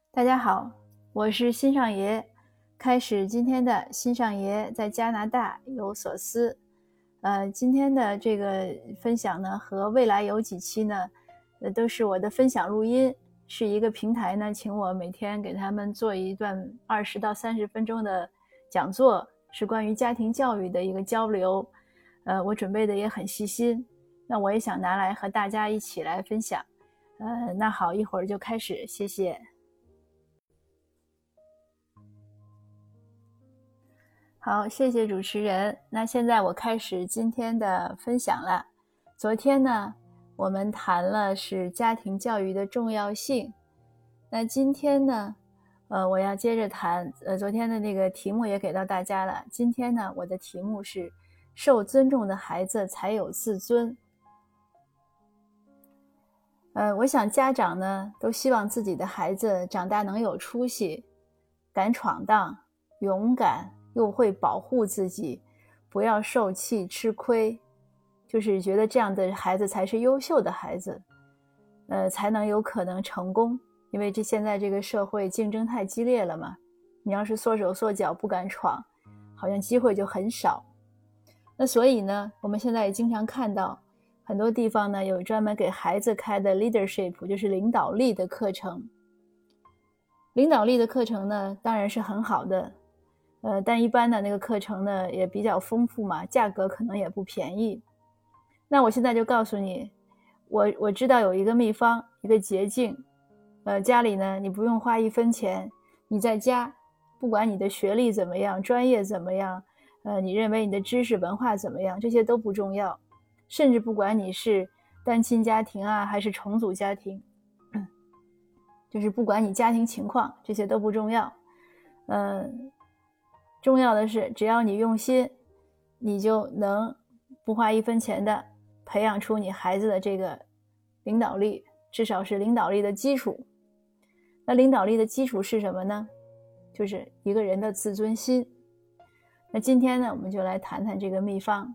大家好，我是新上爷，开始今天的新上爷在加拿大有所思。今天的这个分享呢，和未来有几期呢，都是我的分享录音，是一个平台呢，请我每天给他们做一段20到30分钟的讲座，是关于家庭教育的一个交流。我准备的也很细心，那我也想拿来和大家一起来分享。那好，一会儿就开始，谢谢。好，谢谢主持人。那现在我开始今天的分享了。昨天呢，我们谈了是家庭教育的重要性。那今天呢，我要接着谈，昨天的那个题目也给到大家了。今天呢，我的题目是受尊重的孩子才有自尊。我想家长呢，都希望自己的孩子长大能有出息，敢闯荡，勇敢，又会保护自己，不要受气吃亏，就是觉得这样的孩子才是优秀的孩子，才能有可能成功。因为现在这个社会竞争太激烈了嘛，你要是缩手缩脚不敢闯，好像机会就很少。那所以呢，我们现在也经常看到很多地方呢，有专门给孩子开的 leadership， 就是领导力的课程。领导力的课程呢，当然是很好的，但一般的那个课程呢也比较丰富嘛，价格可能也不便宜。那我现在就告诉你，我知道有一个秘方，一个捷径。家里呢你不用花1分钱，你在家，不管你的学历怎么样，专业怎么样，你认为你的知识文化怎么样，这些都不重要。甚至不管你是单亲家庭啊，还是重组家庭，就是不管你家庭情况，这些都不重要。重要的是只要你用心，你就能不花1分钱的培养出你孩子的这个领导力，至少是领导力的基础。那领导力的基础是什么呢？就是一个人的自尊心。那今天呢，我们就来谈谈这个秘方。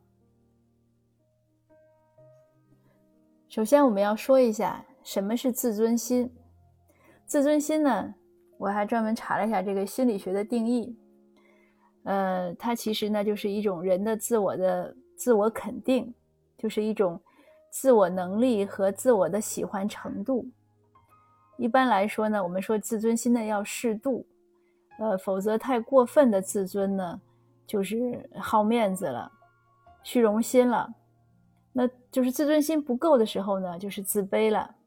首先我们要说一下什么是自尊心。自尊心呢，我还专门查了一下这个心理学的定义。它其实呢就是一种人的自我肯定，就是一种自我能力和自我的喜欢程度。一般来说呢，我们说自尊心呢要适度，否则太过分的自尊呢，就是好面子了，虚荣心了。那就是自尊心不够的时候呢，就是自卑了。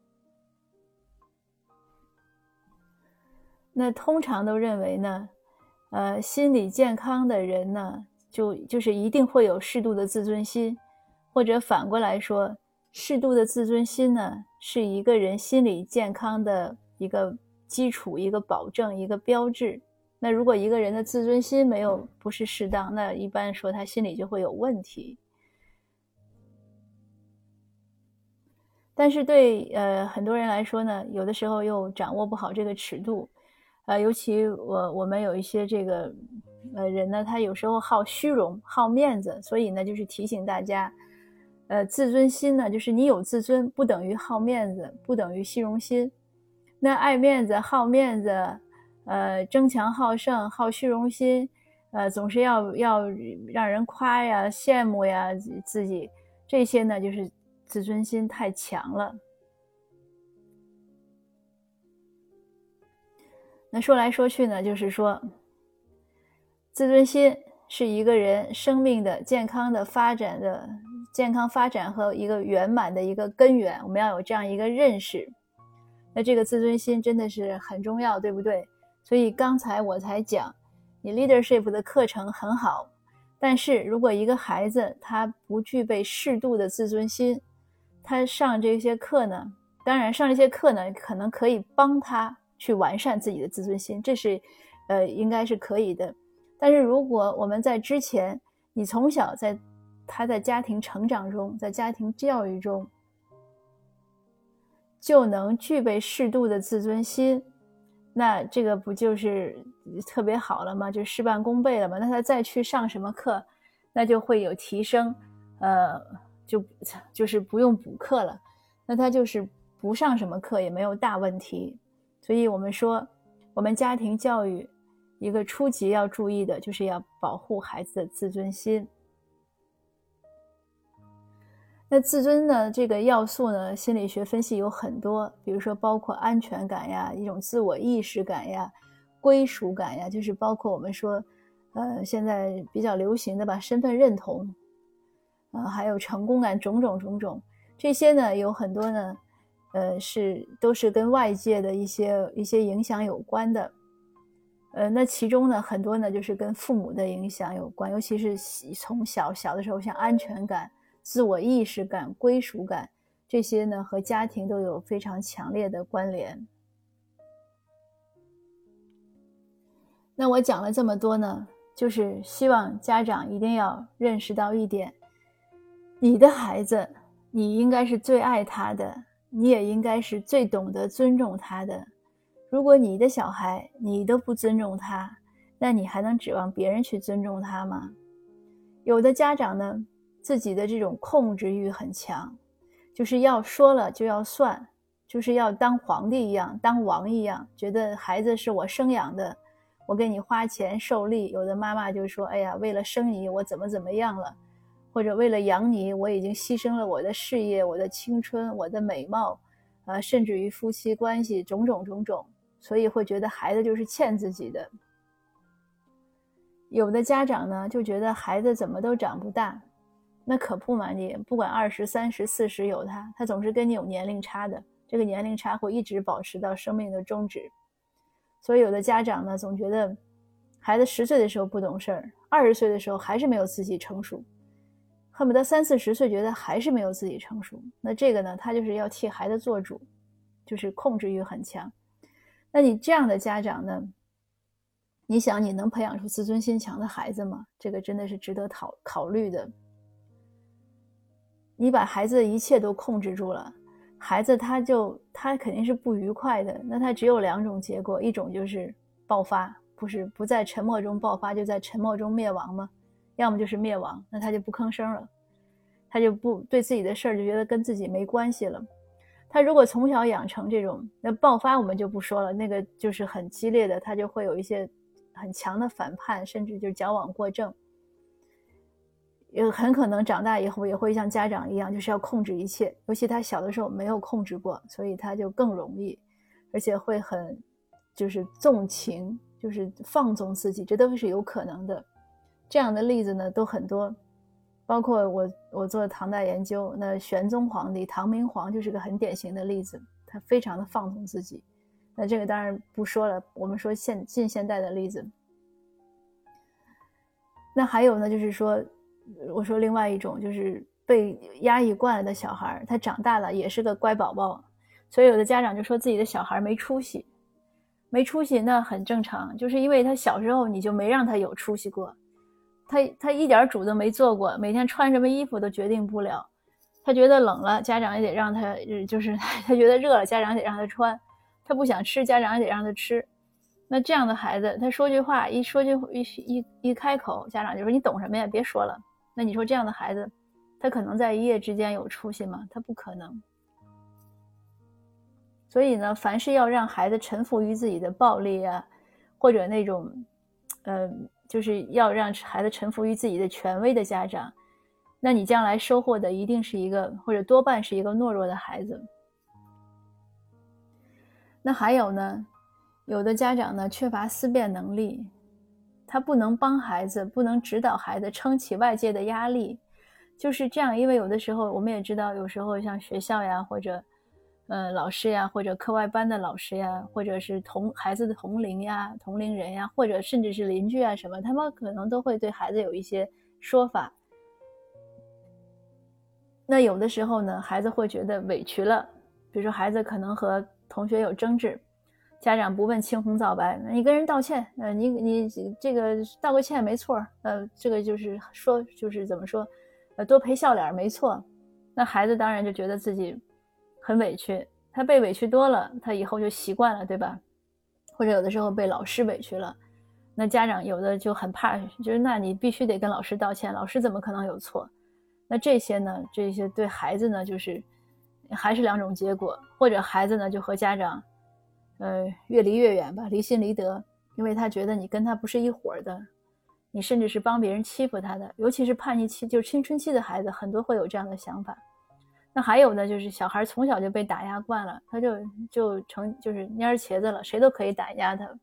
那通常都认为呢，心理健康的人呢，就是一定会有适度的自尊心，或者反过来说，适度的自尊心呢，是一个人心理健康的一个基础、一个保证、一个标志。那如果一个人的自尊心不是适当，那一般说他心理就会有问题。但是对很多人来说呢，有的时候又掌握不好这个尺度。尤其我们有一些这个人呢，他有时候好虚荣好面子，所以呢就是提醒大家，自尊心呢，就是你有自尊不等于好面子，不等于虚荣心。那爱面子好面子，争强好胜好虚荣心，总是要让人夸呀羡慕呀自己，这些呢就是自尊心太强了。那说来说去呢，就是说自尊心是一个人生命的健康发展和一个圆满的一个根源，我们要有这样一个认识。那这个自尊心真的是很重要，对不对？所以刚才我才讲，你 leadership 的课程很好，但是如果一个孩子他不具备适度的自尊心，他上这些课呢，当然上这些课呢，可能可以帮他去完善自己的自尊心，这是应该是可以的。但是如果我们在之前，你从小他在家庭成长中，在家庭教育中就能具备适度的自尊心，那这个不就是特别好了吗？就事半功倍了吗？那他再去上什么课，那就会有提升，就是不用补课了，那他就是不上什么课也没有大问题。所以我们说我们家庭教育一个初级要注意的就是要保护孩子的自尊心。那自尊呢，这个要素呢，心理学分析有很多，比如说包括安全感呀，一种自我意识感呀，归属感呀，就是包括我们说现在比较流行的吧，身份认同还有成功感，种种这些呢，有很多呢都是跟外界的一些影响有关的。那其中呢，很多呢就是跟父母的影响有关，尤其是从小的时候，像安全感、自我意识感、归属感，这些呢和家庭都有非常强烈的关联。那我讲了这么多呢，就是希望家长一定要认识到一点，你的孩子，你应该是最爱他的，你也应该是最懂得尊重他的。如果你的小孩你都不尊重他，那你还能指望别人去尊重他吗？有的家长呢，自己的这种控制欲很强，就是要说了就要算，就是要当皇帝一样，当王一样，觉得孩子是我生养的，我给你花钱受力。有的妈妈就说，哎呀，为了生你我怎么样了，或者为了养你我已经牺牲了我的事业、我的青春、我的美貌甚至于夫妻关系种种，所以会觉得孩子就是欠自己的。有的家长呢就觉得孩子怎么都长不大，那可不嘛，你不管20、30、40有他总是跟你有年龄差的，这个年龄差会一直保持到生命的终止。所以有的家长呢总觉得孩子10岁的时候不懂事儿，20岁的时候还是没有自己成熟，恨不得30、40岁觉得还是没有自己成熟。那这个呢，他就是要替孩子做主，就是控制欲很强。那你这样的家长呢，你想你能培养出自尊心强的孩子吗？这个真的是值得考虑的。你把孩子的一切都控制住了，孩子他肯定是不愉快的，那他只有2种结果，一种就是爆发，不在沉默中爆发，就在沉默中灭亡吗？要么就是灭亡，那他就不吭声了，他就不对自己的事儿就觉得跟自己没关系了。他如果从小养成这种，那爆发我们就不说了，那个就是很激烈的，他就会有一些很强的反叛，甚至就矫枉过正，也很可能长大以后也会像家长一样，就是要控制一切，尤其他小的时候没有控制过，所以他就更容易，而且会就是纵情，就是放纵自己，这都是有可能的。这样的例子呢都很多，包括我做唐代研究，那玄宗皇帝唐明皇就是个很典型的例子，他非常的放纵自己。那这个当然不说了，我们说近现代的例子。那还有呢，就是说我说另外一种就是被压抑惯了的小孩，他长大了也是个乖宝宝，所以有的家长就说自己的小孩没出息那很正常，就是因为他小时候你就没让他有出息过，他一点主都没做过，每天穿什么衣服都决定不了，他觉得冷了家长也得让他，就是他觉得热了家长也得让他穿，他不想吃家长也得让他吃。那这样的孩子他说句话一开口，家长就说你懂什么呀，别说了。那你说这样的孩子他可能在一夜之间有出息吗？他不可能。所以呢，凡是要让孩子臣服于自己的暴力啊，或者那种就是要让孩子臣服于自己的权威的家长，那你将来收获的一定是一个，或者多半是一个懦弱的孩子。那还有呢，有的家长呢缺乏思辨能力，他不能帮孩子，不能指导孩子撑起外界的压力，就是这样。因为有的时候我们也知道，有时候像学校呀，或者老师呀，或者课外班的老师呀，或者是孩子的同龄人呀，或者甚至是邻居啊什么，他们可能都会对孩子有一些说法。那有的时候呢，孩子会觉得委屈了，比如说孩子可能和同学有争执，家长不问青红皂白，你跟人道歉，你这个道个歉没错，这个就是说就是怎么说，多赔笑脸没错。那孩子当然就觉得自己很委屈，他被委屈多了，他以后就习惯了，对吧？或者有的时候被老师委屈了，那家长有的就很怕，就是那你必须得跟老师道歉，老师怎么可能有错？那这些对孩子呢，就是还是2种结果，或者孩子呢就和家长越离越远吧，离心离德，因为他觉得你跟他不是一伙的，你甚至是帮别人欺负他的，尤其是叛逆期，就是青春期的孩子，很多会有这样的想法。那还有呢，就是小孩从小就被打压惯了，他就是蔫茄子了，谁都可以打压他。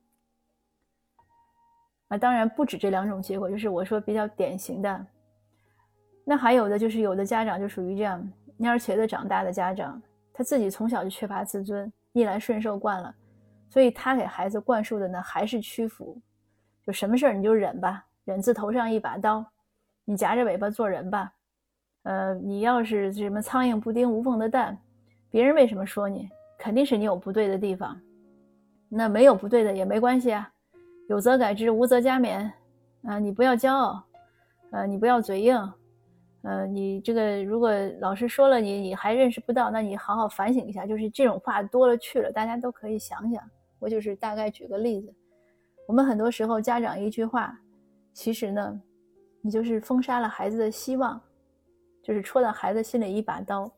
当然不止这2种结果，就是我说比较典型的。那还有的就是有的家长就属于这样蔫茄子长大的家长，他自己从小就缺乏自尊，逆来顺受惯了，所以他给孩子灌输的呢还是屈服，就什么事儿你就忍吧，忍字头上一把刀，你夹着尾巴做人吧。你要是什么苍蝇不叮无缝的蛋，别人为什么说你，肯定是你有不对的地方，那没有不对的也没关系啊，有则改之，无则加勉你不要骄傲，你不要嘴硬，你这个如果老师说了你还认识不到，那你好好反省一下，就是这种话多了去了，大家都可以想想。我就是大概举个例子，我们很多时候家长一句话，其实呢你就是封杀了孩子的希望，就是戳到孩子心里一把刀。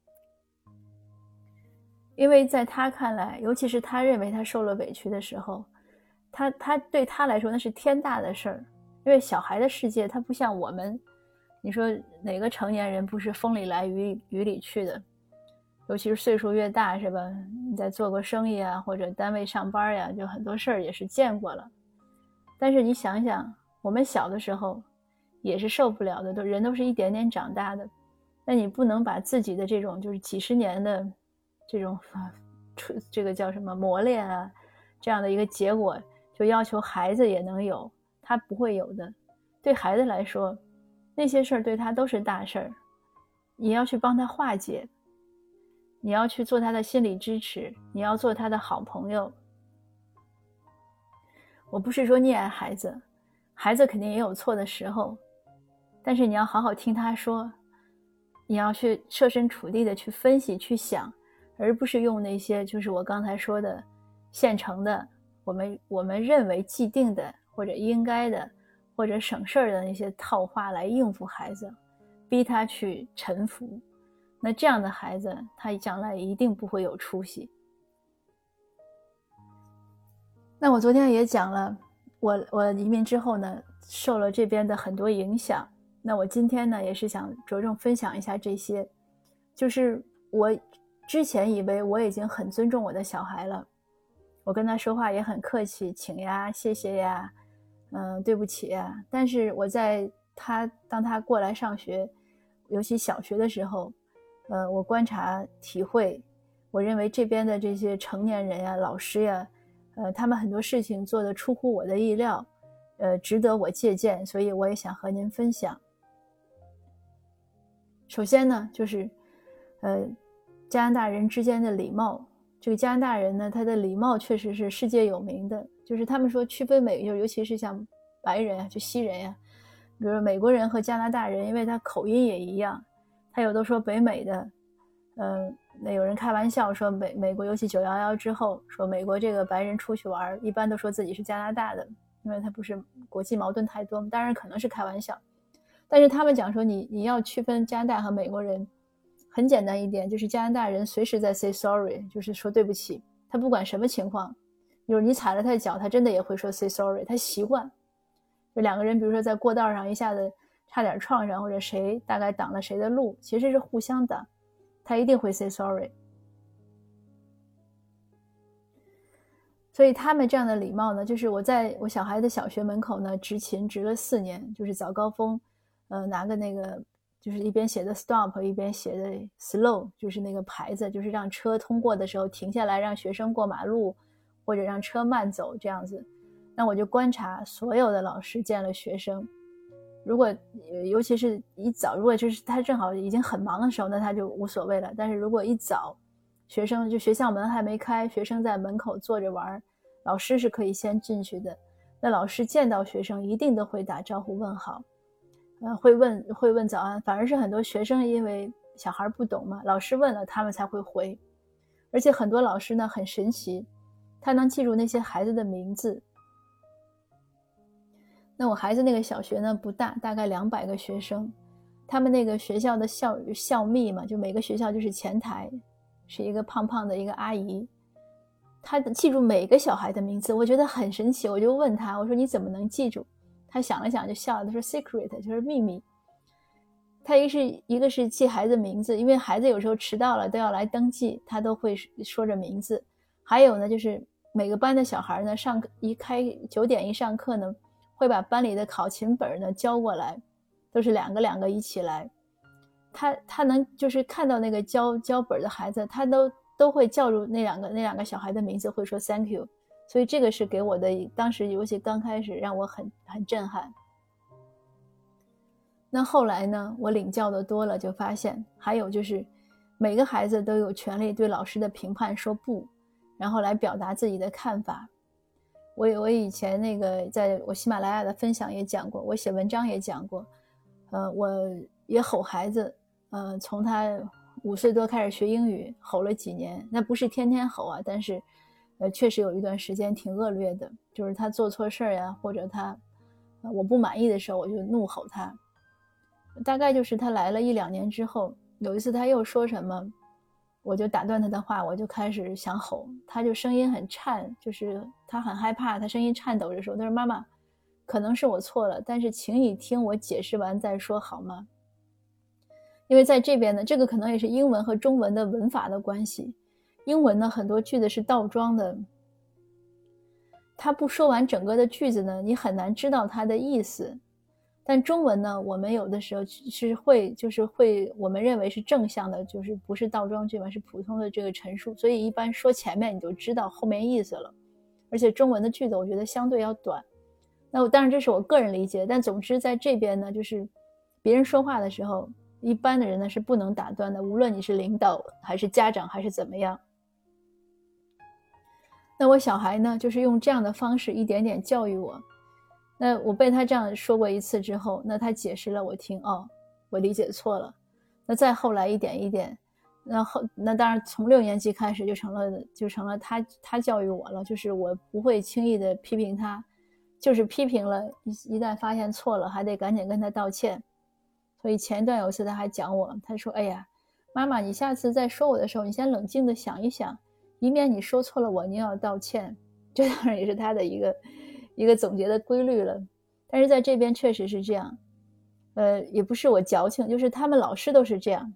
因为在他看来，尤其是他认为他受了委屈的时候，他对他来说那是天大的事儿。因为小孩的世界他不像我们，你说哪个成年人不是风里来雨里去的，尤其是岁数越大是吧，你在做过生意啊，或者单位上班呀，就很多事儿也是见过了。但是你想想，我们小的时候也是受不了的，人都是一点点长大的，那你不能把自己的这种就是几十年的这种这个叫什么磨练啊，这样的一个结果就要求孩子也能有，他不会有的。对孩子来说，那些事儿对他都是大事儿，你要去帮他化解，你要去做他的心理支持，你要做他的好朋友。我不是说溺爱孩子，孩子肯定也有错的时候，但是你要好好听他说，你要去设身处地的去分析去想，而不是用那些就是我刚才说的现成的我们认为既定的或者应该的或者省事儿的那些套话来应付孩子，逼他去臣服。那这样的孩子他将来一定不会有出息。那我昨天也讲了，我移民之后呢受了这边的很多影响，那我今天呢也是想着重分享一下这些。就是我之前以为我已经很尊重我的小孩了，我跟他说话也很客气，请呀谢谢呀对不起呀，但是我在当他过来上学，尤其小学的时候我观察体会，我认为这边的这些成年人呀老师呀他们很多事情做得出乎我的意料，值得我借鉴，所以我也想和您分享。首先呢就是加拿大人之间的礼貌。这个加拿大人呢他的礼貌确实是世界有名的，就是他们说区分美，尤其是像白人啊就西人呀，比如说美国人和加拿大人，因为他口音也一样，他有的说北美的那有人开玩笑说美国尤其911之后，说美国这个白人出去玩一般都说自己是加拿大的，因为他不是国际矛盾太多，当然可能是开玩笑。但是他们讲说你要区分加拿大和美国人，很简单一点，就是加拿大人随时在 say sorry， 就是说对不起，他不管什么情况，就是你踩了他的脚，他真的也会说 say sorry， 他习惯。就两个人比如说在过道上一下子差点撞上，或者谁大概挡了谁的路，其实是互相挡，他一定会 say sorry。 所以他们这样的礼貌呢，就是我在我小孩的小学门口呢执勤执了4年，就是早高峰拿个那个就是一边写的 stop 一边写的 slow， 就是那个牌子，就是让车通过的时候停下来，让学生过马路或者让车慢走这样子。那我就观察所有的老师见了学生，如果尤其是一早，如果就是他正好已经很忙的时候，那他就无所谓了。但是如果一早学生就学校门还没开，学生在门口坐着玩，老师是可以先进去的。那老师见到学生一定都会打招呼问好，会问早安。反而是很多学生因为小孩不懂嘛，老师问了他们才会回。而且很多老师呢很神奇，他能记住那些孩子的名字。那我孩子那个小学呢不大，大概200个学生，他们那个学校的校秘嘛，就每个学校就是前台是一个胖胖的一个阿姨， 他记住每个小孩的名字，我觉得很神奇。我就问他，我说你怎么能记住？他想了想就笑了，他说 secret 就是秘密。他一个是记孩子名字，因为孩子有时候迟到了都要来登记，他都会说着名字。还有呢，就是每个班的小孩呢，9点一上课呢，会把班里的考勤本呢交过来，都是两个一起来。他能就是看到那个交本的孩子，他都会叫住那两个小孩的名字，会说 thank you。所以这个是给我的当时尤其刚开始让我很震撼。那后来呢，我领教的多了，就发现还有就是每个孩子都有权利对老师的评判说不，然后来表达自己的看法。我以前那个在我喜马拉雅的分享也讲过，我写文章也讲过，我也吼孩子，从他5岁多开始学英语，吼了几年，那不是天天吼啊，但是确实有一段时间挺恶劣的，就是他做错事呀，或者我不满意的时候，我就怒吼他。大概就是他来了1、2年之后，有一次他又说什么，我就打断他的话，我就开始想吼，他就声音很颤，就是他很害怕，他声音颤抖着说，他说妈妈，可能是我错了，但是请你听我解释完再说好吗？因为在这边呢，这个可能也是英文和中文的文法的关系，英文呢很多句子是倒装的，他不说完整个的句子呢，你很难知道它的意思。但中文呢，我们有的时候是会我们认为是正向的，就是不是倒装句嘛，是普通的这个陈述，所以一般说前面你就知道后面意思了。而且中文的句子我觉得相对要短。那当然这是我个人理解，但总之在这边呢，就是别人说话的时候，一般的人呢是不能打断的，无论你是领导还是家长还是怎么样。那我小孩呢，就是用这样的方式一点点教育我。那我被他这样说过一次之后，那他解释了我听，我理解错了。那再后来一点一点，那当然从6年级开始就成了他教育我了，就是我不会轻易的批评他，就是批评了一旦发现错了，还得赶紧跟他道歉。所以前一段有一次他还讲我，他说，哎呀，妈妈，你下次再说我的时候，你先冷静的想一想，以免你说错了我，你要道歉。这当然也是他的一个总结的规律了。但是在这边确实是这样，也不是我矫情，就是他们老师都是这样。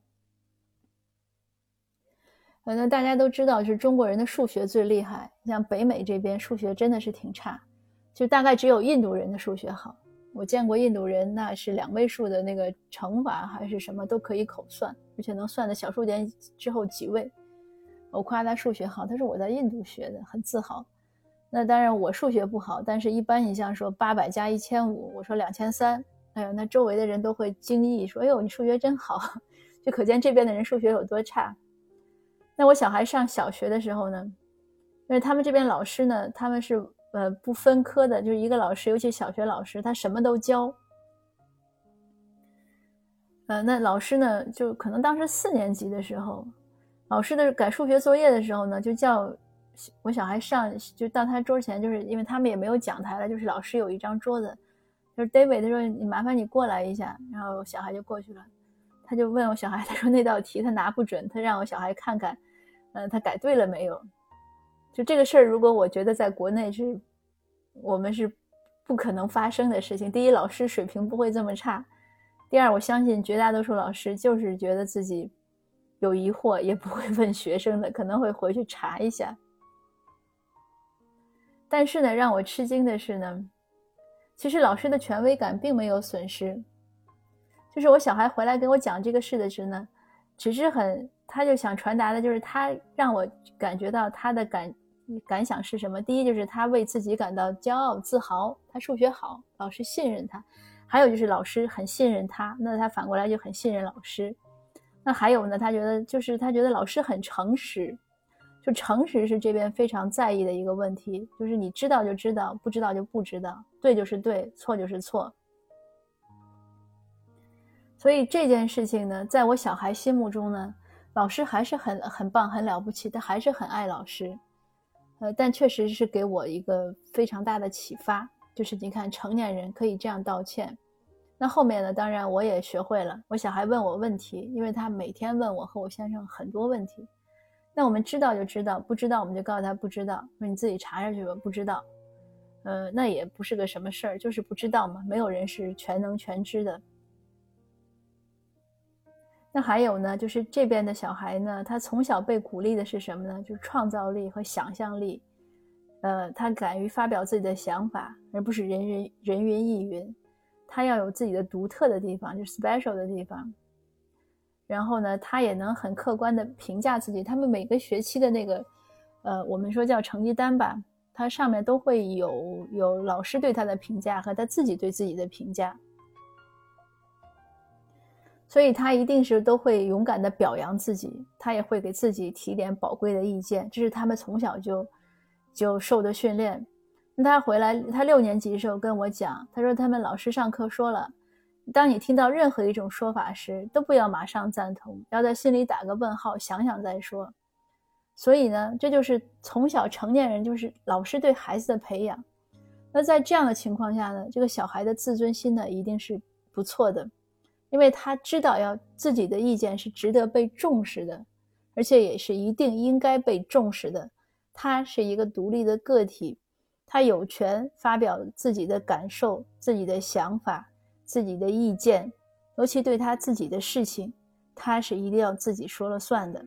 那大家都知道，就是中国人的数学最厉害，像北美这边数学真的是挺差，就大概只有印度人的数学好。我见过印度人，那是2位数的那个乘法还是什么都可以口算，而且能算的小数点之后几位。我夸他数学好，他说我在印度学的，很自豪。那当然我数学不好，但是一般你像说800加1500，我说2300，哎呦，那周围的人都会惊异说，哎呦，你数学真好，就可见这边的人数学有多差。那我小孩上小学的时候呢，因为他们这边老师呢，他们是不分科的，就是一个老师，尤其小学老师，他什么都教。那老师呢，就可能当时4年级的时候，老师的改数学作业的时候呢，就叫我小孩就到他桌前，就是因为他们也没有讲台了，就是老师有一张桌子，就是 David 他说你麻烦你过来一下，然后小孩就过去了，他就问我小孩，他说那道题他拿不准，他让我小孩看看他改对了没有。就这个事儿，如果我觉得在国内我们是不可能发生的事情。第一，老师水平不会这么差，第二，我相信绝大多数老师就是觉得自己有疑惑也不会问学生的，可能会回去查一下。但是呢，让我吃惊的是呢，其实老师的权威感并没有损失。就是我小孩回来跟我讲这个事的时候呢，只是他就想传达的就是他让我感觉到他的感想是什么。第一就是他为自己感到骄傲自豪，他数学好，老师信任他。还有就是老师很信任他，那他反过来就很信任老师。那还有呢，他觉得老师很诚实，就诚实是这边非常在意的一个问题，就是你知道就知道，不知道就不知道，对就是对，错就是错。所以这件事情呢，在我小孩心目中呢，老师还是很棒很了不起，他还是很爱老师。但确实是给我一个非常大的启发，就是你看成年人可以这样道歉。那后面呢，当然我也学会了，我小孩问我问题，因为他每天问我和我先生很多问题， 那我们知道就知道，不知道我们就告诉他不知道，说你自己查查去吧，不知道。那也不是个什么事儿，就是不知道嘛，没有人是全能全知的。那还有呢，就是这边的小孩呢，他从小被鼓励的是什么呢？就是创造力和想象力。他敢于发表自己的想法，而不是人云亦云。他要有自己的独特的地方，就是 special 的地方。然后呢，他也能很客观的评价自己。他们每个学期的那个我们说叫成绩单吧，它上面都会有老师对他的评价和他自己对自己的评价。所以他一定是都会勇敢的表扬自己，他也会给自己提点宝贵的意见，这是他们从小就受的训练。那他回来，他6年级的时候跟我讲，他说他们老师上课说了，当你听到任何一种说法时，都不要马上赞同，要在心里打个问号，想想再说。所以呢，这就是从小成年人就是老师对孩子的培养。那在这样的情况下呢，这个小孩的自尊心呢一定是不错的，因为他知道要自己的意见是值得被重视的，而且也是一定应该被重视的。他是一个独立的个体，他有权发表自己的感受、自己的想法、自己的意见，尤其对他自己的事情，他是一定要自己说了算的。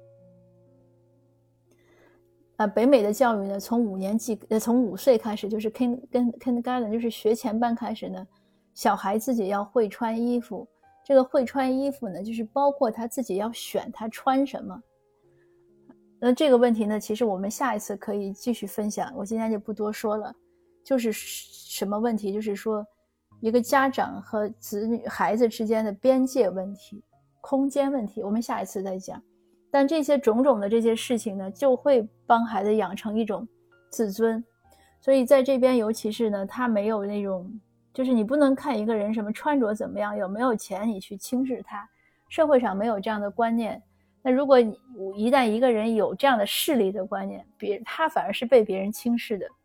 北美的教育呢，从5岁开始，就是 kindergarten， 就是学前班开始呢，小孩自己要会穿衣服。这个会穿衣服呢，就是包括他自己要选他穿什么。那这个问题呢，其实我们下一次可以继续分享，我今天就不多说了。就是什么问题？就是说一个家长和孩子之间的边界问题、空间问题，我们下一次再讲。但这些种种的这些事情呢，就会帮孩子养成一种自尊。所以在这边，尤其是呢，他没有那种，就是你不能看一个人什么穿着怎么样，有没有钱，你去轻视他。社会上没有这样的观念。那如果一旦一个人有这样的势力的观念，他反而是被别人轻视的。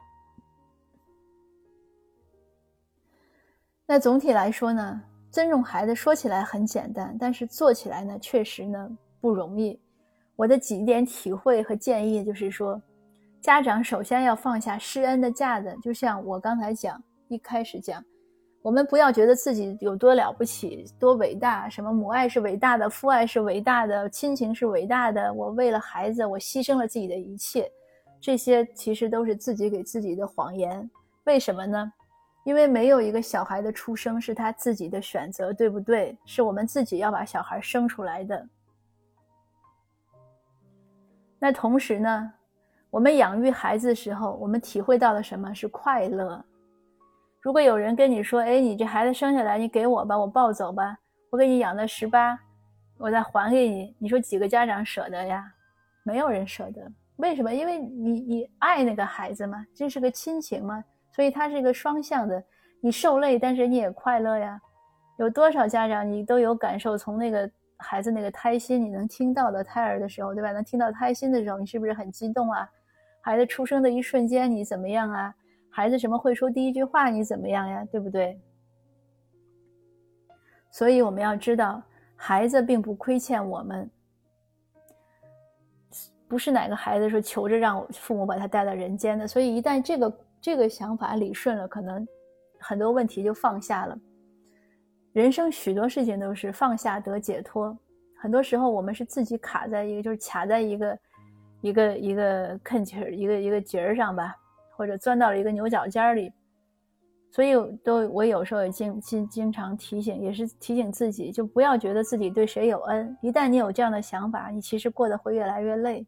那总体来说呢，尊重孩子说起来很简单，但是做起来呢，确实呢不容易。我的几点体会和建议就是说，家长首先要放下施恩的架子，就像我刚才一开始讲，我们不要觉得自己有多了不起，多伟大，什么母爱是伟大的，父爱是伟大的，亲情是伟大的，我为了孩子我牺牲了自己的一切，这些其实都是自己给自己的谎言。为什么呢？因为没有一个小孩的出生是他自己的选择，对不对？是我们自己要把小孩生出来的。那同时呢，我们养育孩子的时候，我们体会到了什么是快乐。如果有人跟你说，你这孩子生下来你给我吧，我抱走吧，我给你养到18，我再还给你，你说几个家长舍得呀？没有人舍得。为什么？因为你爱那个孩子嘛，这是个亲情嘛，所以它是一个双向的，你受累但是你也快乐呀。有多少家长你都有感受，从那个孩子那个胎心你能听到的胎儿的时候，对吧？能听到胎心的时候，你是不是很激动啊？孩子出生的一瞬间你怎么样啊？孩子什么会说第一句话你怎么样呀？对不对？所以我们要知道，孩子并不亏欠我们，不是哪个孩子说求着让父母把他带到人间的。所以一旦这个想法理顺了，可能很多问题就放下了。人生许多事情都是放下得解脱，很多时候我们是自己卡在一个，就是卡在一个坑节儿，一个节儿上吧，或者钻到了一个牛角尖里。所以我有时候也经常提醒，也是提醒自己，就不要觉得自己对谁有恩。一旦你有这样的想法，你其实过得会越来越累。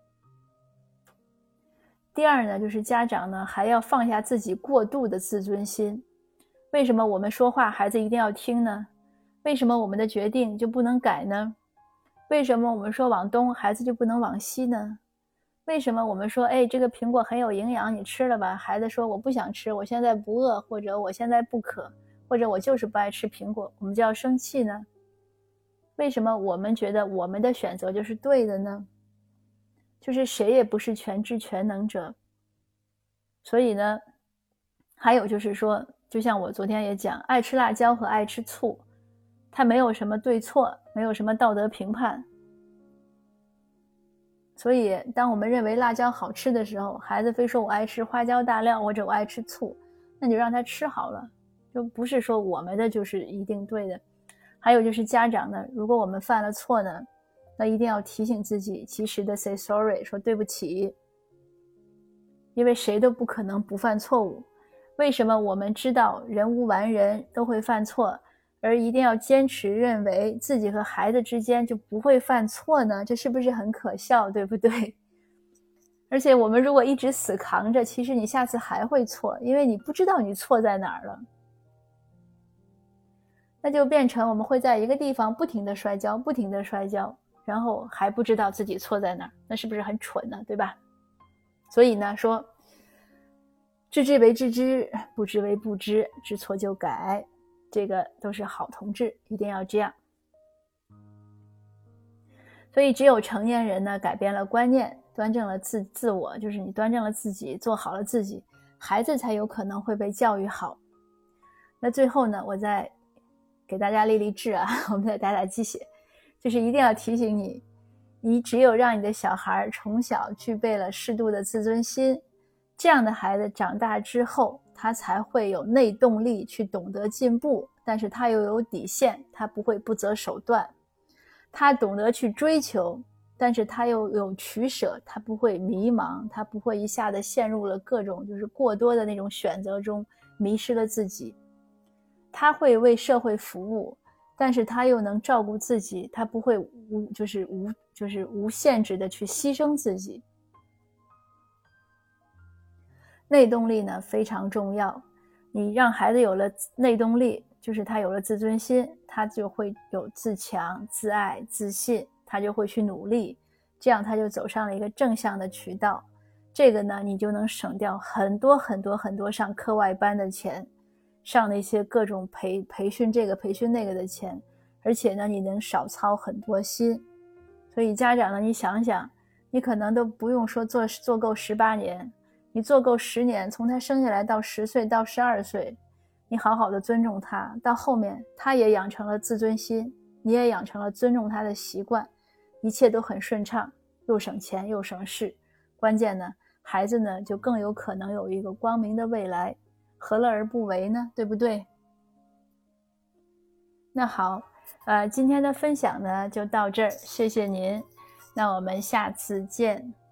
第二呢，就是家长呢还要放下自己过度的自尊心。为什么我们说话孩子一定要听呢？为什么我们的决定就不能改呢？为什么我们说往东孩子就不能往西呢？为什么我们说这个苹果很有营养，你吃了吧？孩子说我不想吃，我现在不饿，或者我现在不渴，或者我就是不爱吃苹果，我们就要生气呢？为什么我们觉得我们的选择就是对的呢？就是谁也不是全知全能者。所以呢，还有就是说，就像我昨天也讲，爱吃辣椒和爱吃醋，它没有什么对错，没有什么道德评判。 所以当我们认为辣椒好吃的时候，孩子非说我爱吃花椒大料或者我爱吃醋，那你就让他吃好了，就不是说我们的就是一定对的。还有就是家长呢，如果我们犯了错呢，那一定要提醒自己及时的 say sorry， 说对不起，因为谁都不可能不犯错误。为什么我们知道人无完人，都会犯错，而一定要坚持认为自己和孩子之间就不会犯错呢？这是不是很可笑，对不对？而且我们如果一直死扛着，其实你下次还会错，因为你不知道你错在哪儿了。那就变成我们会在一个地方不停地摔跤，不停地摔跤，然后还不知道自己错在哪儿，那是不是很蠢呢？对吧？所以呢，说知之为知之，不知为不知，知错就改，这个都是好同志，一定要这样。所以只有成年人呢，改变了观念，端正了自我，就是你端正了自己，做好了自己，孩子才有可能会被教育好。那最后呢，我再给大家励励志啊，我们再打打鸡血，就是一定要提醒你，你只有让你的小孩从小具备了适度的自尊心，这样的孩子长大之后，他才会有内动力去懂得进步，但是他又有底线，他不会不择手段，他懂得去追求，但是他又有取舍，他不会迷茫，他不会一下子陷入了各种就是过多的那种选择中迷失了自己。他会为社会服务，但是他又能照顾自己，他不会无限制的去牺牲自己。内动力呢非常重要，你让孩子有了内动力，就是他有了自尊心，他就会有自强、自爱、自信，他就会去努力，这样他就走上了一个正向的渠道。这个呢，你就能省掉很多上课外班的钱，上那些各种培训这个培训那个的钱，而且呢，你能少操很多心。所以家长呢，你想想，你可能都不用说做够18年，你做够10年，从他生下来到10岁到12岁，你好好的尊重他，到后面他也养成了自尊心，你也养成了尊重他的习惯，一切都很顺畅，又省钱又省事，关键呢，孩子呢就更有可能有一个光明的未来，何乐而不为呢？对不对？那好，今天的分享呢就到这儿，谢谢您，那我们下次见。